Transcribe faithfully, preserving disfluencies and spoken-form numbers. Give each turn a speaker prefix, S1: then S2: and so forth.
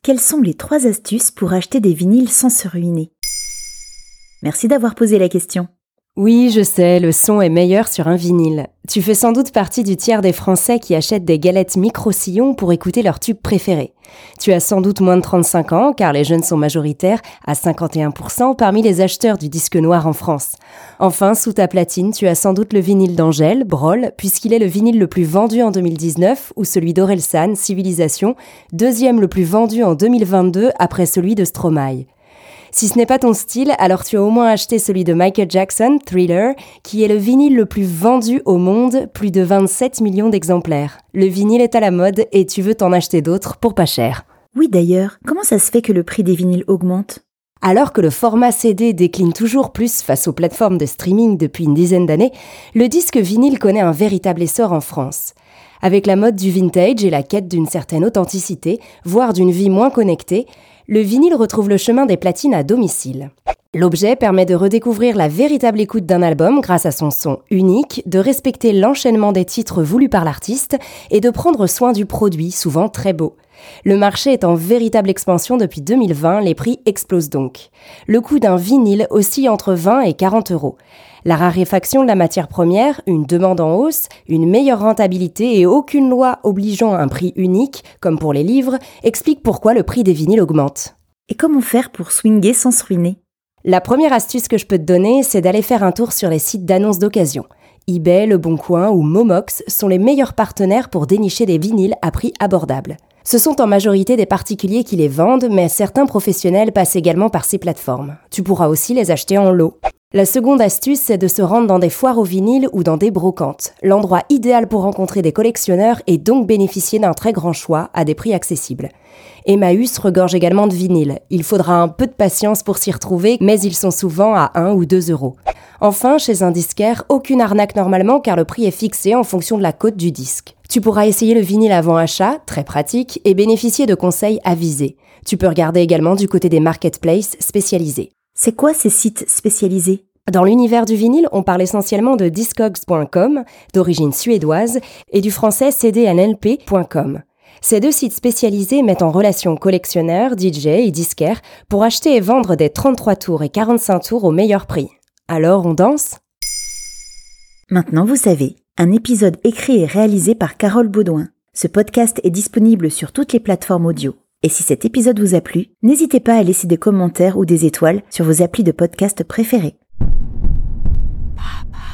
S1: quelles sont les trois astuces pour acheter des vinyles sans se ruiner? Merci d'avoir posé la question.
S2: Oui, je sais, le son est meilleur sur un vinyle. Tu fais sans doute partie du tiers des Français qui achètent des galettes micro-sillons pour écouter leurs tubes préférés. Tu as sans doute moins de trente-cinq ans, car les jeunes sont majoritaires à cinquante et un pour cent parmi les acheteurs du disque noir en France. Enfin, sous ta platine, tu as sans doute le vinyle d'Angèle, Brol, puisqu'il est le vinyle le plus vendu en deux mille dix-neuf, ou celui d'Orelsan, Civilisation, deuxième le plus vendu en deux mille vingt-deux après celui de Stromae. Si ce n'est pas ton style, alors tu as au moins acheté celui de Michael Jackson, Thriller, qui est le vinyle le plus vendu au monde, plus de vingt-sept millions d'exemplaires. Le vinyle est à la mode et tu veux t'en acheter d'autres pour pas cher.
S1: Oui d'ailleurs, comment ça se fait que le prix des vinyles augmente ?
S2: Alors que le format C D décline toujours plus face aux plateformes de streaming depuis une dizaine d'années, le disque vinyle connaît un véritable essor en France. Avec la mode du vintage et la quête d'une certaine authenticité, voire d'une vie moins connectée, le vinyle retrouve le chemin des platines à domicile. L'objet permet de redécouvrir la véritable écoute d'un album grâce à son son unique, de respecter l'enchaînement des titres voulus par l'artiste et de prendre soin du produit, souvent très beau. Le marché est en véritable expansion depuis deux mille vingt, les prix explosent donc. Le coût d'un vinyle oscille entre vingt et quarante euros. La raréfaction de la matière première, une demande en hausse, une meilleure rentabilité et aucune loi obligeant un prix unique, comme pour les livres, expliquent pourquoi le prix des vinyles augmente.
S1: Et comment faire pour swinguer sans se ruiner ?
S2: La première astuce que je peux te donner, c'est d'aller faire un tour sur les sites d'annonces d'occasion. eBay, Le Bon Coin ou Momox sont les meilleurs partenaires pour dénicher des vinyles à prix abordables. Ce sont en majorité des particuliers qui les vendent, mais certains professionnels passent également par ces plateformes. Tu pourras aussi les acheter en lot. La seconde astuce, c'est de se rendre dans des foires au vinyle ou dans des brocantes. L'endroit idéal pour rencontrer des collectionneurs et donc bénéficier d'un très grand choix à des prix accessibles. Emmaüs regorge également de vinyles. Il faudra un peu de patience pour s'y retrouver, mais ils sont souvent à un ou deux euros. Enfin, chez un disquaire, aucune arnaque normalement car le prix est fixé en fonction de la cote du disque. Tu pourras essayer le vinyle avant achat, très pratique, et bénéficier de conseils avisés. Tu peux regarder également du côté des marketplaces spécialisés.
S1: C'est quoi ces sites spécialisés ?
S2: Dans l'univers du vinyle, on parle essentiellement de discogs point com, d'origine suédoise, et du français c d n l p point com. Ces deux sites spécialisés mettent en relation collectionneurs, D J et disquaires pour acheter et vendre des trente-trois tours et quarante-cinq tours au meilleur prix. Alors, on danse ?
S1: Maintenant, vous savez, un épisode écrit et réalisé par Carole Baudouin. Ce podcast est disponible sur toutes les plateformes audio. Et si cet épisode vous a plu, n'hésitez pas à laisser des commentaires ou des étoiles sur vos applis de podcast préférés. Papa.